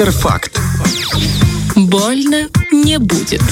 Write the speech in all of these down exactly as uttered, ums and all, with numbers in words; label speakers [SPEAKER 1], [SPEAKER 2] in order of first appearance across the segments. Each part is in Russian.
[SPEAKER 1] Доктор Факт.
[SPEAKER 2] Больно не будет.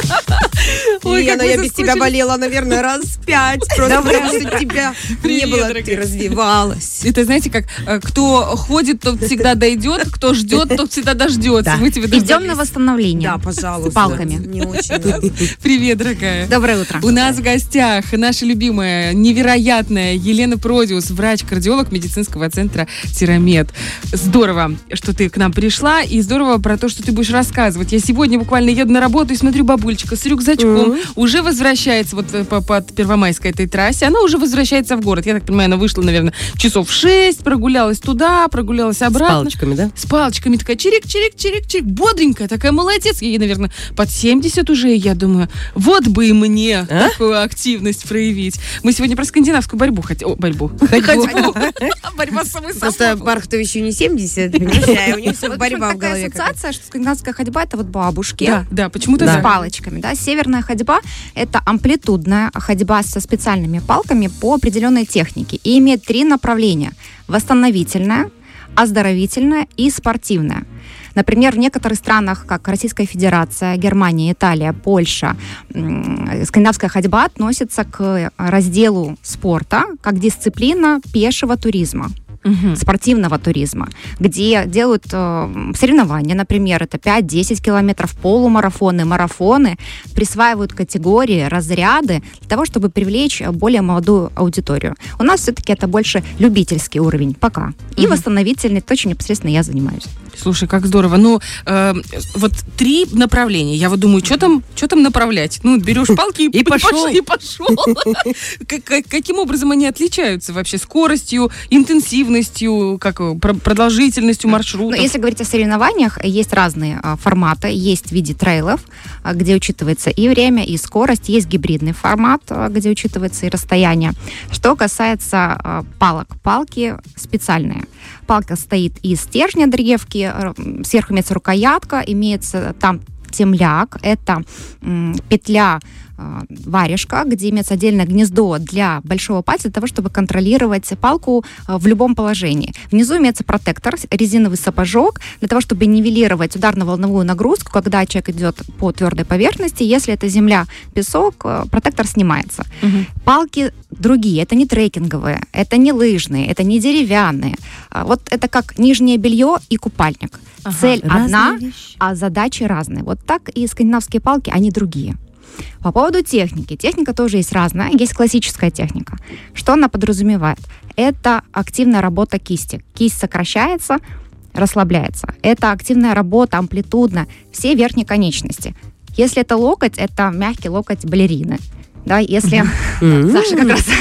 [SPEAKER 3] Ой, Лена, я без тебя болела, наверное, раз пять. Просто потому что тебя не было, ты развивалась.
[SPEAKER 4] Это, знаете, как кто ходит, тот всегда дойдет, кто ждет, тот всегда дождется.
[SPEAKER 5] Идем на восстановление.
[SPEAKER 3] Да, пожалуйста.
[SPEAKER 5] С палками.
[SPEAKER 3] Не очень.
[SPEAKER 4] Привет, дорогая.
[SPEAKER 5] Доброе утро.
[SPEAKER 4] У нас в гостях наша любимая, невероятная Елена Продиус, врач-кардиолог медицинского центра Тирамед. Здорово, что ты к нам пришла, и здорово про то, что ты будешь рассказывать. Я сегодня буквально еду на работу и смотрю, бабульчика с рюкзачком mm-hmm. уже возвращается вот по, по Первомайской этой трассе. Она уже возвращается в город. Я так понимаю, она вышла, наверное, часов в шесть, прогулялась туда, прогулялась обратно.
[SPEAKER 6] С палочками, да?
[SPEAKER 4] С палочками. Такая чирик-чирик-чирик-чирик. Бодренькая, такая молодец. Ей, наверное, под семьдесят уже. И я думаю, вот бы и мне а? такую активность проявить. Мы сегодня про скандинавскую борьбу хотим. О, борьбу.
[SPEAKER 3] Ходьбу.
[SPEAKER 4] Борьба с самой собой.
[SPEAKER 3] Просто Бархатову еще не семьдесят, понимаешь, у нее все борьба в голове.
[SPEAKER 5] Ассоциация, что скандинавская ходьба — это вот бабушки.
[SPEAKER 4] Да, да, почему-то
[SPEAKER 5] с палочками, да. Северная ходьба — это амплитудная ходьба со специальными палками по определенной технике и имеет три направления: восстановительная, оздоровительная и спортивная. Например, в некоторых странах, как Российская Федерация, Германия, Италия, Польша, скандинавская ходьба относится к разделу спорта как дисциплина пешего туризма. Uh-huh. Спортивного туризма, где делают э, соревнования, например, это пять-десять километров, полумарафоны, марафоны, присваивают категории, разряды для того, чтобы привлечь более молодую аудиторию. У нас все-таки это больше любительский уровень пока. И uh-huh. восстановительный, то, чем непосредственно я занимаюсь.
[SPEAKER 4] Слушай, как здорово. Ну, э, вот три направления. Я вот думаю, что там, что там направлять? Ну, берешь палки и пошел. И пошел. Каким образом они отличаются вообще? Скоростью, интенсивностью, как продолжительностью маршрута?
[SPEAKER 5] Если говорить о соревнованиях, есть разные форматы. Есть в виде трейлов, где учитывается и время, и скорость. Есть гибридный формат, где учитывается и расстояние. Что касается палок. Палки специальные. Палка стоит из стержня древки, сверху имеется рукоятка, имеется там темляк, это м, петля э, варежка, где имеется отдельное гнездо для большого пальца, для того, чтобы контролировать палку э, в любом положении. Внизу имеется протектор, резиновый сапожок, для того, чтобы нивелировать ударно-волновую нагрузку, когда человек идет по твердой поверхности. Если это земля, песок, э, протектор снимается. Угу. Палки другие, это не трекинговые, это не лыжные, это не деревянные. А вот это как нижнее белье и купальник. Ага, цель одна, вещи. А задачи разные. Вот так и скандинавские палки, они другие. По поводу техники. Техника тоже есть разная. Есть классическая техника. Что она подразумевает? Это активная работа кисти. Кисть сокращается, расслабляется. Это активная работа, амплитудная. Все верхние конечности. Если это локоть, это мягкий локоть балерины. Да, если...
[SPEAKER 3] Mm-hmm.
[SPEAKER 5] Саша как раз...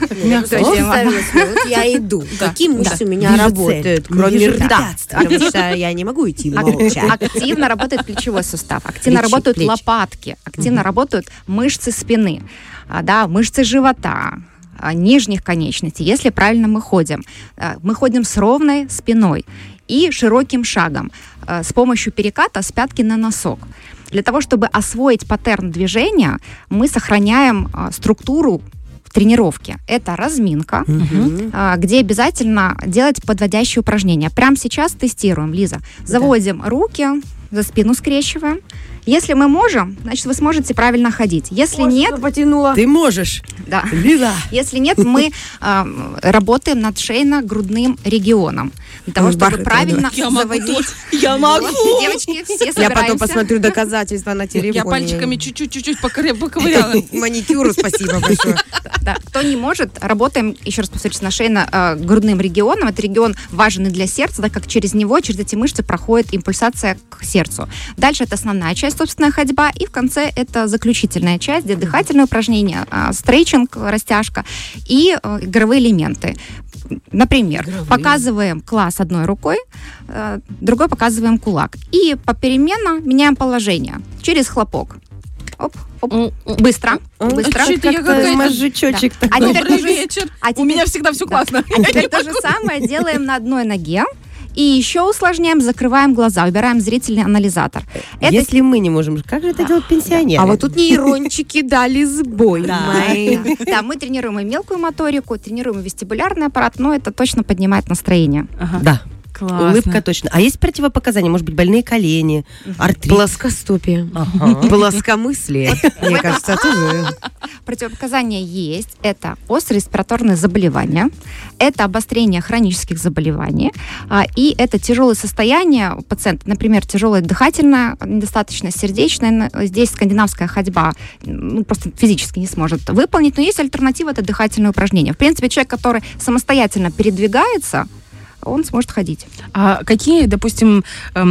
[SPEAKER 3] Вот я иду. Какие мышцы у меня работают, кроме рта? Потому что я не могу идти молча.
[SPEAKER 5] Активно работает плечевой сустав, активно работают лопатки, активно работают мышцы спины, да, мышцы живота, нижних конечностей. Если правильно мы ходим, мы ходим с ровной спиной и широким шагом с помощью переката с пятки на носок. Для того, чтобы освоить паттерн движения, мы сохраняем а, структуру тренировки. Это разминка, uh-huh. а, где обязательно делать подводящие упражнения. Прямо сейчас тестируем, Лиза. Заводим да. руки, за спину скрещиваем. Если мы можем, значит, вы сможете правильно ходить. Если
[SPEAKER 3] Ой,
[SPEAKER 5] нет...
[SPEAKER 3] потянула.
[SPEAKER 6] Ты можешь.
[SPEAKER 5] Да.
[SPEAKER 6] Лиза.
[SPEAKER 5] Если нет, мы э, работаем над шейно-грудным регионом. Для того, чтобы Бархат, правильно
[SPEAKER 4] я
[SPEAKER 5] заводить...
[SPEAKER 4] Могу я могу!
[SPEAKER 5] Девочки, все собираемся.
[SPEAKER 3] Я потом посмотрю доказательства на телефоне.
[SPEAKER 4] Я пальчиками чуть-чуть поковыряла.
[SPEAKER 3] Маникюру спасибо большое.
[SPEAKER 5] Да. Кто не может, работаем, еще раз повторюсь, на шейно-грудным регионом. Это регион важен и для сердца, так как через него, через эти мышцы проходит импульсация к сердцу. Дальше это основная часть, собственная ходьба, и в конце это заключительная часть, где дыхательные упражнения, стрейчинг, растяжка и игровые элементы. Например, игровые. Показываем класс одной рукой, другой показываем кулак. И попеременно меняем положение через хлопок. Оп, оп. Быстро. Быстро.
[SPEAKER 4] Что-то я какая-то
[SPEAKER 6] мозжечочек
[SPEAKER 4] да.
[SPEAKER 6] такой.
[SPEAKER 4] А теперь тоже вечер. А теперь... У меня всегда все
[SPEAKER 5] да.
[SPEAKER 4] классно.
[SPEAKER 5] А теперь то же самое делаем на одной ноге. И еще усложняем, закрываем глаза, убираем зрительный анализатор.
[SPEAKER 6] Это... Если мы не можем, как же это делают пенсионеры?
[SPEAKER 3] А вот тут нейрончики дали сбой.
[SPEAKER 5] Да, мы тренируем и мелкую моторику, тренируем и вестибулярный аппарат, но это точно поднимает настроение.
[SPEAKER 6] Да.
[SPEAKER 4] Классно.
[SPEAKER 6] Улыбка точно. А есть противопоказания? Может быть, больные колени, артрит?
[SPEAKER 3] Плоскостопие.
[SPEAKER 6] Ага.
[SPEAKER 3] Плоскомыслие. Мне кажется, тоже.
[SPEAKER 5] Противопоказания есть. Это острые респираторные заболевания, это обострение хронических заболеваний, а, и это тяжелое состояние пациента, например, тяжелая дыхательная недостаточность, сердечная. Здесь скандинавская ходьба ну, просто физически не сможет выполнить, но есть альтернатива, это дыхательные упражнения. В принципе, человек, который самостоятельно передвигается, он сможет ходить.
[SPEAKER 4] А какие, допустим,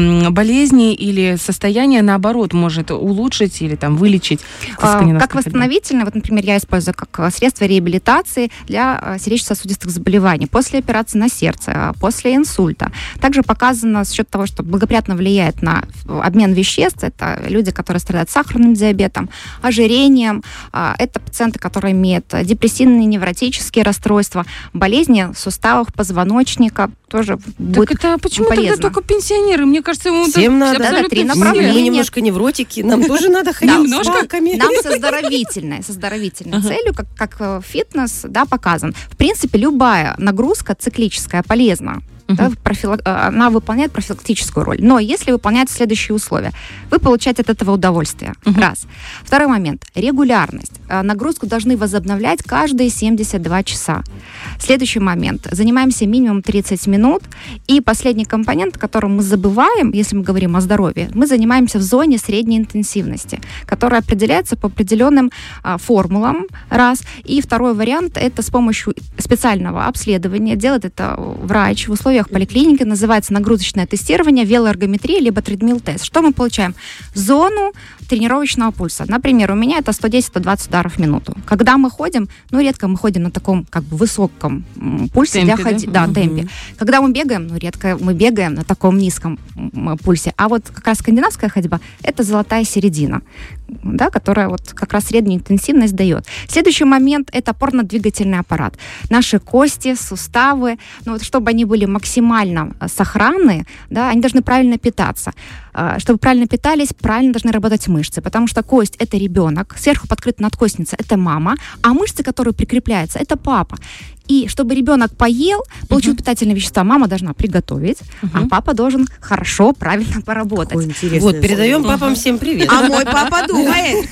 [SPEAKER 4] болезни или состояния, наоборот, может улучшить или там вылечить?
[SPEAKER 5] А, как восстановительное, вот, например, я использую как средство реабилитации для сердечно-сосудистых заболеваний после операции на сердце, после инсульта. Также показано с счет того, что благоприятно влияет на обмен веществ. Это люди, которые страдают сахарным диабетом, ожирением. Это пациенты, которые имеют депрессивные, невротические расстройства, болезни суставов, позвоночника, тоже будет
[SPEAKER 4] так это почему
[SPEAKER 5] полезно.
[SPEAKER 4] Тогда только пенсионеры? Мне кажется, ему
[SPEAKER 6] всем надо.
[SPEAKER 5] Да, три
[SPEAKER 6] направления. Мы немножко невротики, нам тоже надо ходить с палками.
[SPEAKER 5] Нам со здоровительной, со здоровительной целью, как, как фитнес, да, показан. В принципе, любая нагрузка циклическая полезна. Да, профилак... Она выполняет профилактическую роль. Но если выполняют следующие условия, вы получаете от этого удовольствие. Uh-huh. Раз. Второй момент. Регулярность. Нагрузку должны возобновлять каждые семьдесят два часа. Следующий момент. Занимаемся минимум тридцать минут. И последний компонент, о котором мы забываем, если мы говорим о здоровье, мы занимаемся в зоне средней интенсивности, которая определяется по определенным а, формулам. Раз. И второй вариант – это с помощью специального обследования. Делает это врач в условиях поликлиники, называется нагрузочное тестирование, велоэргометрия, либо тридмилл-тест. Что мы получаем? Зону тренировочного пульса. Например, у меня это сто десять - сто двадцать ударов в минуту. Когда мы ходим, ну, редко мы ходим на таком, как бы, высоком пульсе.
[SPEAKER 4] Темпе,
[SPEAKER 5] для ходи...
[SPEAKER 4] да?
[SPEAKER 5] Да,
[SPEAKER 4] угу.
[SPEAKER 5] темпе. Когда мы бегаем, ну, редко мы бегаем на таком низком пульсе. А вот как раз скандинавская ходьба – это золотая середина, да, которая вот как раз среднюю интенсивность дает. Следующий момент – это опорно-двигательный аппарат. Наши кости, суставы, ну, вот, чтобы они были максимально сохранны, да, они должны правильно питаться. Чтобы правильно питались, правильно должны работать мышцы, потому что кость – это ребенок, сверху подкрыта надкостница – это мама, а мышцы, которые прикрепляются – это папа. И чтобы ребенок поел, получил uh-huh. питательные вещества, мама должна приготовить, uh-huh. а папа должен хорошо, правильно поработать.
[SPEAKER 6] Вот, передаем папам uh-huh. всем привет.
[SPEAKER 3] А мой папа думает.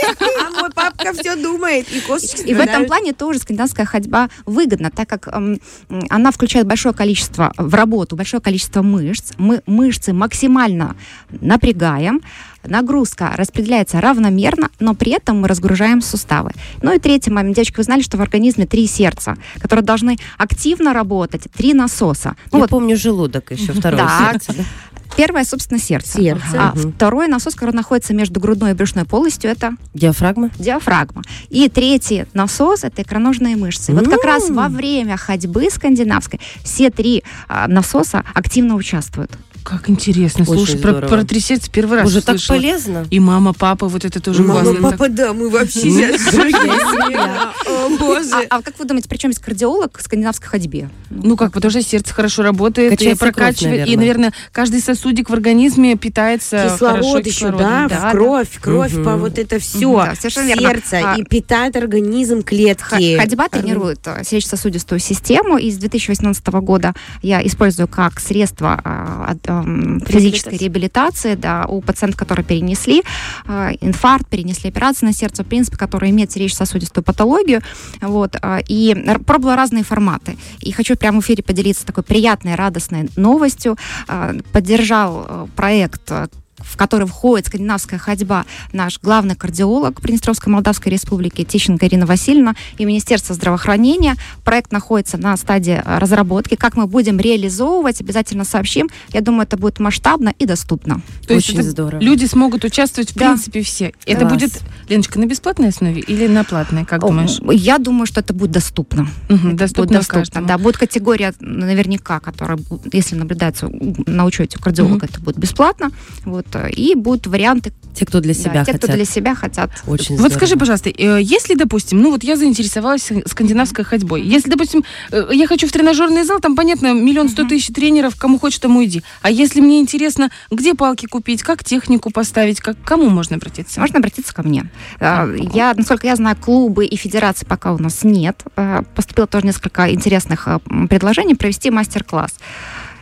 [SPEAKER 3] А мой папка все думает. И косточки.
[SPEAKER 5] И в этом плане тоже скандинавская ходьба выгодна, так как эм, она включает большое количество в работу, большое количество мышц. Мы мышцы максимально напрягаем. Нагрузка распределяется равномерно, но при этом мы разгружаем суставы. Ну и третий момент. Девочки, вы знали, что в организме три сердца, которые должны активно работать, три насоса.
[SPEAKER 6] Ну, Я вот помню желудок еще, второе
[SPEAKER 5] да.
[SPEAKER 6] сердце. Да?
[SPEAKER 5] Первое, собственно, сердце.
[SPEAKER 3] сердце.
[SPEAKER 5] А
[SPEAKER 6] угу.
[SPEAKER 5] второй насос, который находится между грудной и брюшной полостью, это
[SPEAKER 6] диафрагма.
[SPEAKER 5] Диафрагма. И третий насос – это икроножные мышцы. Вот как раз во время ходьбы скандинавской все три а, насоса активно участвуют.
[SPEAKER 4] Как интересно.
[SPEAKER 6] Очень
[SPEAKER 4] Слушай, про, про три сердца первый раз
[SPEAKER 6] Уже так
[SPEAKER 4] слышала.
[SPEAKER 6] полезно.
[SPEAKER 4] И мама, папа, вот это тоже
[SPEAKER 3] Мама,
[SPEAKER 4] классно.
[SPEAKER 3] папа, да, мы вообще сейчас... О, боже.
[SPEAKER 5] А как вы думаете, при чем есть кардиолог в скандинавской ходьбе?
[SPEAKER 4] Ну как, потому что сердце хорошо работает и
[SPEAKER 6] Качается
[SPEAKER 4] прокачивает.
[SPEAKER 6] кровь,
[SPEAKER 4] и, наверное, каждый сосудик в организме питается
[SPEAKER 3] Кислород
[SPEAKER 4] хорошо
[SPEAKER 3] еще,
[SPEAKER 4] кислородом.
[SPEAKER 3] да,
[SPEAKER 5] Да,
[SPEAKER 3] в кровь, кровь,
[SPEAKER 6] Мгм.
[SPEAKER 3] по вот это все,
[SPEAKER 5] Да, совершенно верно.
[SPEAKER 3] сердце,
[SPEAKER 5] А-
[SPEAKER 3] и питает организм,
[SPEAKER 5] Х-
[SPEAKER 3] клетки.
[SPEAKER 5] Ходьба тренирует э, сердечно-сосудистую систему, и с две тысячи восемнадцатого года я использую как средство э, от, эм, физической реабилитации, да, у пациентов, которые перенесли э, инфаркт, перенесли операцию на сердце, в принципе, которые имеют сердечно-сосудистую патологию, вот, э, и р- пробовала разные форматы. И хочу прямо в эфире поделиться такой приятной, радостной новостью. Э, поддержал э, проект, э, в который входит скандинавская ходьба, наш главный кардиолог Приднестровской Молдавской Республики Тищенко Ирина Васильевна и Министерство здравоохранения. Проект находится на стадии разработки. Как мы будем реализовывать, обязательно сообщим. Я думаю, это будет масштабно и доступно.
[SPEAKER 4] То есть
[SPEAKER 6] Очень
[SPEAKER 4] это
[SPEAKER 6] здорово.
[SPEAKER 4] люди смогут участвовать, в
[SPEAKER 5] Да.
[SPEAKER 4] принципе, все. Это
[SPEAKER 6] Класс.
[SPEAKER 4] будет, Леночка, на бесплатной основе или на платной, как
[SPEAKER 5] О,
[SPEAKER 4] думаешь?
[SPEAKER 5] Я думаю, что это будет доступно.
[SPEAKER 4] Мгм,
[SPEAKER 5] Это
[SPEAKER 4] доступно
[SPEAKER 5] будет доступно.
[SPEAKER 4] каждому.
[SPEAKER 5] Да, будет категория наверняка, которая, бу- если наблюдается на учете у кардиолога, это будет бесплатно. Вот, и будут варианты,
[SPEAKER 6] Те, кто для
[SPEAKER 5] да,
[SPEAKER 6] себя
[SPEAKER 5] те,
[SPEAKER 6] хотят.
[SPEAKER 5] кто для себя хотят.
[SPEAKER 6] Очень
[SPEAKER 4] Вот
[SPEAKER 6] здорово.
[SPEAKER 4] скажи, пожалуйста, э, если, допустим, ну вот я заинтересовалась скандинавской ходьбой, если, допустим, э, я хочу в тренажерный зал, там, понятно, миллион сто тысяч тренеров, кому хочешь, тому иди. А если мне интересно, где палки купить, как технику поставить, как, к кому можно обратиться?
[SPEAKER 5] Можно обратиться ко мне. А, Я, насколько я знаю, клубы и федерации пока у нас нет. А, Поступило тоже несколько интересных а, м, предложений провести мастер-класс.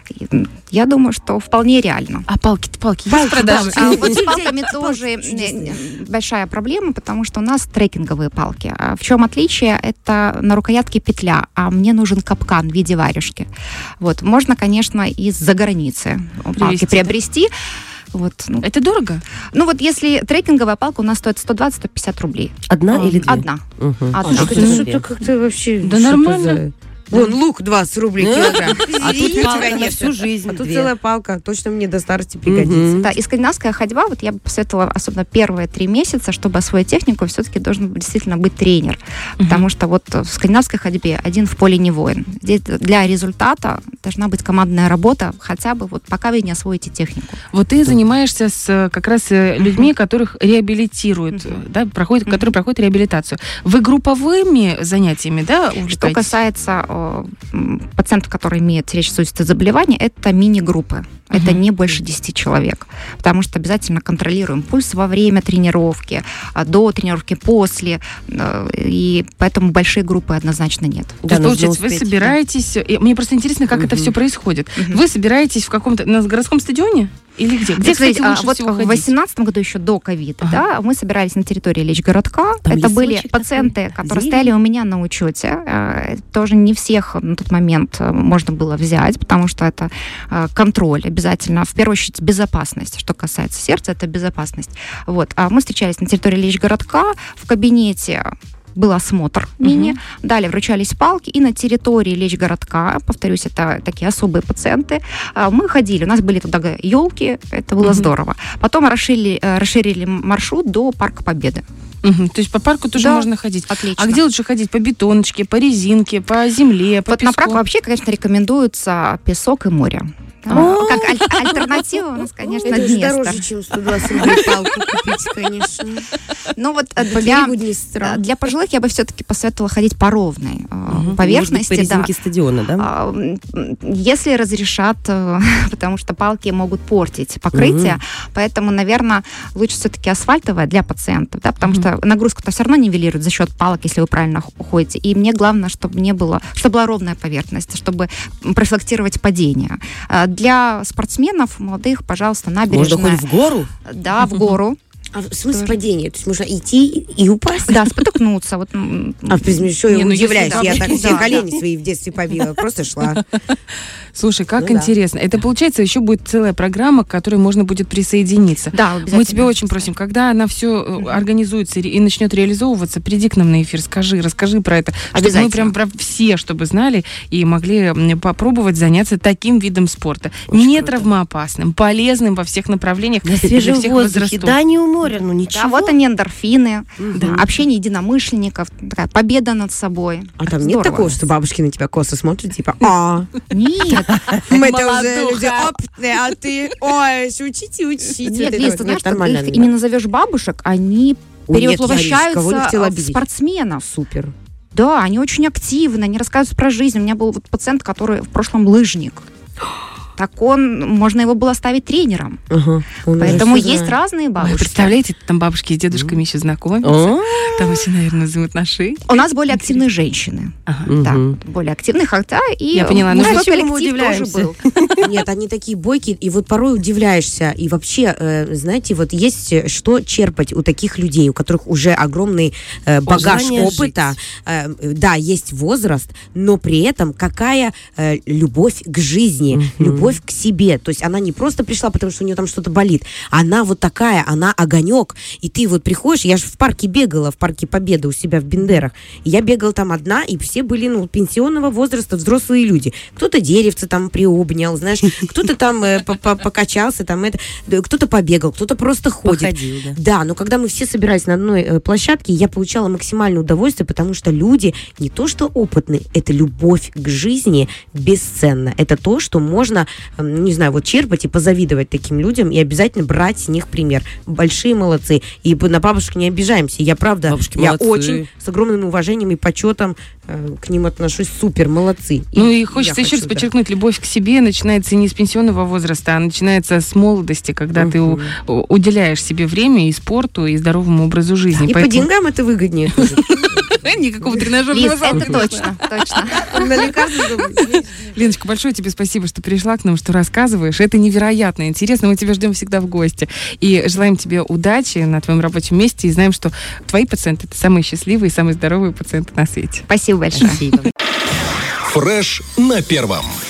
[SPEAKER 5] Я думаю, что вполне реально.
[SPEAKER 4] А палки-то палки
[SPEAKER 3] Палки,
[SPEAKER 4] есть в продаже?
[SPEAKER 5] А вот с палками тоже большая проблема, потому что у нас трекинговые палки. А в чем отличие? Это на рукоятке петля, а мне нужен капкан в виде варежки. Вот. Можно, конечно, из-за границы палки
[SPEAKER 4] Привезти,
[SPEAKER 5] приобрести. Вот, ну.
[SPEAKER 4] Это дорого?
[SPEAKER 5] Ну вот если трекинговая палка у нас стоит сто двадцать - сто пятьдесят рублей.
[SPEAKER 6] Одна или две?
[SPEAKER 5] Одна.
[SPEAKER 6] Угу.
[SPEAKER 5] Одна.
[SPEAKER 3] А что это, что-то как-то вообще...
[SPEAKER 4] Да
[SPEAKER 3] что-то
[SPEAKER 4] нормально.
[SPEAKER 3] за- Вон, лук двадцать рублей килограмм.
[SPEAKER 6] А тут
[SPEAKER 3] Извините,
[SPEAKER 6] палка на
[SPEAKER 3] конечно.
[SPEAKER 6] всю жизнь.
[SPEAKER 3] А тут
[SPEAKER 6] две.
[SPEAKER 3] целая палка. Точно мне до старости пригодится.
[SPEAKER 5] Да, и скандинавская ходьба, вот я бы посоветовала, особенно первые три месяца, чтобы освоить технику, все-таки должен действительно быть тренер.
[SPEAKER 4] Мгм.
[SPEAKER 5] Потому что вот в скандинавской ходьбе один в поле не воин. Здесь для результата должна быть командная работа, хотя бы вот пока вы не освоите технику.
[SPEAKER 4] Вот ты занимаешься с как раз э, людьми, которых реабилитируют,
[SPEAKER 5] Мгм.
[SPEAKER 4] да, проходят,
[SPEAKER 5] Мгм.
[SPEAKER 4] которые проходят реабилитацию. Вы групповыми занятиями, да,
[SPEAKER 5] Что
[SPEAKER 4] увлекаетесь?
[SPEAKER 5] касается э, м, пациентов, которые имеют сердечно-сосудистые заболевания, это мини-группы. Это
[SPEAKER 4] Мгм.
[SPEAKER 5] не больше десяти человек. Потому что обязательно контролируем пульс во время тренировки, а до тренировки, после. э, И поэтому большие группы однозначно нет.
[SPEAKER 4] То
[SPEAKER 6] Да,
[SPEAKER 4] есть,
[SPEAKER 6] нужно
[SPEAKER 4] получается, вы
[SPEAKER 6] успеть.
[SPEAKER 4] собираетесь... и Мне просто интересно, как это
[SPEAKER 6] Мгм.
[SPEAKER 4] все происходит.
[SPEAKER 5] Мгм.
[SPEAKER 4] Вы собираетесь в каком-то... На городском стадионе? Или где? Где,
[SPEAKER 5] Где,
[SPEAKER 4] кстати,
[SPEAKER 5] смотрите, а,
[SPEAKER 4] лучше
[SPEAKER 5] вот
[SPEAKER 4] всего
[SPEAKER 5] в
[SPEAKER 4] ходить?
[SPEAKER 5] восемнадцатом году еще до ковида,
[SPEAKER 4] Ага.
[SPEAKER 5] да, мы собирались на территории Лечгородка.
[SPEAKER 6] Там
[SPEAKER 5] Это были
[SPEAKER 6] лесочек
[SPEAKER 5] пациенты,
[SPEAKER 6] такой,
[SPEAKER 5] которые
[SPEAKER 6] зелень.
[SPEAKER 5] стояли у меня на учете. Э, Тоже не всех на тот момент э, можно было взять, потому что это э, контроль обязательно. В первую очередь безопасность. Что касается сердца, это безопасность. Вот. А мы встречались на территории Лечгородка в кабинете. Был осмотр мини,
[SPEAKER 4] Мгм.
[SPEAKER 5] далее вручались палки, и на территории Лечгородка, повторюсь, это такие особые пациенты, а, мы ходили, у нас были туда елки, это было
[SPEAKER 4] Мгм.
[SPEAKER 5] здорово. Потом расширили, э, расширили маршрут до Парка Победы.
[SPEAKER 4] Мгм. То есть по парку тоже
[SPEAKER 5] Да.
[SPEAKER 4] можно ходить.
[SPEAKER 5] Отлично.
[SPEAKER 4] А где лучше ходить? По бетоночке, по резинке, по земле, по
[SPEAKER 5] Вот на
[SPEAKER 4] песку?
[SPEAKER 5] парк вообще, конечно, рекомендуется песок и море. Да.
[SPEAKER 6] О!
[SPEAKER 5] Как аль- альтернатива у нас, конечно,
[SPEAKER 3] Это же
[SPEAKER 5] Днестр.
[SPEAKER 3] дороже, чем сто двадцать рублей палку купить, конечно.
[SPEAKER 5] Ну вот э,
[SPEAKER 3] По
[SPEAKER 5] для,
[SPEAKER 3] берегу Днестра.
[SPEAKER 5] для пожилых я бы все-таки посоветовала ходить по ровной э,
[SPEAKER 6] Может быть,
[SPEAKER 5] поверхности.
[SPEAKER 6] по
[SPEAKER 5] да.
[SPEAKER 6] резинке стадиона, да?
[SPEAKER 5] А, м, Если разрешат, э, потому что палки могут портить покрытие,
[SPEAKER 6] Мгм.
[SPEAKER 5] поэтому, наверное, лучше все-таки асфальтовая для пациентов, да, потому
[SPEAKER 4] Мгм.
[SPEAKER 5] что нагрузку-то все равно нивелирует за счет палок, если вы правильно х- ходите. И мне главное, чтобы не было, чтобы была ровная поверхность, чтобы профилактировать падение. А Для спортсменов молодых, пожалуйста,
[SPEAKER 6] Можно
[SPEAKER 5] набережная.
[SPEAKER 6] хоть в гору?
[SPEAKER 5] Да, в гору.
[SPEAKER 3] А в смысле падения? То есть можно идти и упасть?
[SPEAKER 5] Да, спотыкнуться. Вот, м,
[SPEAKER 3] А в принципе, что
[SPEAKER 4] Не,
[SPEAKER 3] я
[SPEAKER 4] ну, если
[SPEAKER 3] удивляюсь, я
[SPEAKER 4] бабушки,
[SPEAKER 3] так
[SPEAKER 5] да,
[SPEAKER 3] все
[SPEAKER 5] да.
[SPEAKER 3] колени свои в детстве побила, просто шла.
[SPEAKER 4] Слушай, как
[SPEAKER 3] Ну да.
[SPEAKER 4] интересно. Это, получается, еще будет целая программа, к которой можно будет присоединиться.
[SPEAKER 5] Да,
[SPEAKER 4] Мы
[SPEAKER 5] обязательно.
[SPEAKER 4] тебя очень просим, когда она все организуется и начнет реализовываться, приди к нам на эфир, скажи, расскажи про это, чтобы мы
[SPEAKER 5] Обязательно.
[SPEAKER 4] прям про все, чтобы знали и могли м, попробовать заняться таким видом спорта.
[SPEAKER 6] Очень
[SPEAKER 4] не
[SPEAKER 6] круто.
[SPEAKER 4] травмоопасным, полезным во всех направлениях
[SPEAKER 6] На
[SPEAKER 4] для
[SPEAKER 6] свежем
[SPEAKER 4] всех
[SPEAKER 6] воздухе,
[SPEAKER 4] возрастов.
[SPEAKER 6] да, не у моря, ну ничего.
[SPEAKER 5] Да, вот они эндорфины,
[SPEAKER 6] Мгм.
[SPEAKER 5] общение единомышленников, такая победа над собой.
[SPEAKER 3] А там нет
[SPEAKER 5] Здорово.
[SPEAKER 3] такого, что бабушки на тебя косо смотрят, типа, а,
[SPEAKER 5] Нет,
[SPEAKER 3] мы-то уже
[SPEAKER 4] Молодуха.
[SPEAKER 3] люди опытные, а ты, ой, учите, учите.
[SPEAKER 5] нет,
[SPEAKER 3] Вот
[SPEAKER 5] Лиз,
[SPEAKER 3] это
[SPEAKER 5] ты
[SPEAKER 3] вот.
[SPEAKER 5] знаешь, что
[SPEAKER 3] нормально,
[SPEAKER 5] их
[SPEAKER 3] да.
[SPEAKER 5] именно назовешь бабушек, они
[SPEAKER 3] Ой, нет, я
[SPEAKER 5] перевоплощаются
[SPEAKER 3] кого не хотела
[SPEAKER 5] в
[SPEAKER 3] обидеть.
[SPEAKER 5] спортсменов.
[SPEAKER 3] Супер.
[SPEAKER 5] Да, они очень активны, они рассказывают про жизнь. У меня был вот пациент, который в прошлом лыжник. Так он, можно его было ставить тренером.
[SPEAKER 3] Ага, он уже
[SPEAKER 5] Поэтому
[SPEAKER 3] всё
[SPEAKER 5] есть
[SPEAKER 3] знает.
[SPEAKER 5] разные
[SPEAKER 4] Ой,
[SPEAKER 5] бабушки.
[SPEAKER 4] представляете, там бабушки с дедушками еще знакомятся.
[SPEAKER 6] О,
[SPEAKER 4] Там все, наверное, зовут на шеи.
[SPEAKER 5] У нас более активные женщины.
[SPEAKER 4] Ага.
[SPEAKER 6] мгм.
[SPEAKER 5] Да, более активные, хотя и
[SPEAKER 4] Я поняла,
[SPEAKER 5] мужской
[SPEAKER 4] ну
[SPEAKER 3] зачем мы
[SPEAKER 5] коллектив тоже
[SPEAKER 3] удивляемся?
[SPEAKER 5] был.
[SPEAKER 3] Нет, они такие бойкие, и вот порой удивляешься. И вообще, э, знаете, вот есть э, что черпать у таких людей, у которых уже огромный э, багаж
[SPEAKER 6] Желание
[SPEAKER 3] опыта. Э, да, есть возраст, но при этом какая э, любовь к жизни,
[SPEAKER 6] Мгм.
[SPEAKER 3] любовь к себе. То есть она не просто пришла, потому что у нее там что-то болит. Она вот такая, она огонек. И ты вот приходишь, я же в парке бегала, в парке Победы у себя в Бендерах. И я бегала там одна, и все были, ну, пенсионного возраста, взрослые люди. Кто-то деревце там приобнял, знаешь, кто-то там э, по- по- покачался, там это, да, кто-то побегал, кто-то просто ходит.
[SPEAKER 6] Походил, да.
[SPEAKER 3] Да, но когда мы все собирались на одной э, площадке, я получала максимальное удовольствие, потому что люди не то что опытные, это любовь к жизни бесценна. Это то, что можно, э, не знаю, вот черпать и позавидовать таким людям, и обязательно брать с них пример. Большие молодцы. И на бабушек не обижаемся. Я, правда,
[SPEAKER 6] Бабушки
[SPEAKER 3] я
[SPEAKER 6] молодцы.
[SPEAKER 3] очень с огромным уважением и почетом э, к ним отношусь. Супер, молодцы.
[SPEAKER 4] Ну и
[SPEAKER 3] я
[SPEAKER 4] хочется еще
[SPEAKER 3] хочу,
[SPEAKER 4] раз
[SPEAKER 3] да.
[SPEAKER 4] подчеркнуть, любовь к себе начинается не с пенсионного возраста, а начинается с молодости, когда ты у- у- уделяешь себе время и спорту, и здоровому образу жизни.
[SPEAKER 3] И по
[SPEAKER 4] Поэтому-
[SPEAKER 3] деньгам это выгоднее тоже.
[SPEAKER 4] Никакого
[SPEAKER 5] Лиз,
[SPEAKER 4] тренажерного зала.
[SPEAKER 5] это точно, точно.
[SPEAKER 3] На лекарства.
[SPEAKER 4] Леночка, большое тебе спасибо, что пришла к нам. доступным, что рассказываешь. Это невероятно интересно. Мы тебя ждем всегда в гости. И желаем тебе удачи на твоем рабочем месте. И знаем, что твои пациенты — это самые счастливые и самые здоровые пациенты на свете.
[SPEAKER 5] Спасибо большое.
[SPEAKER 6] Спасибо.
[SPEAKER 1] Фреш на первом.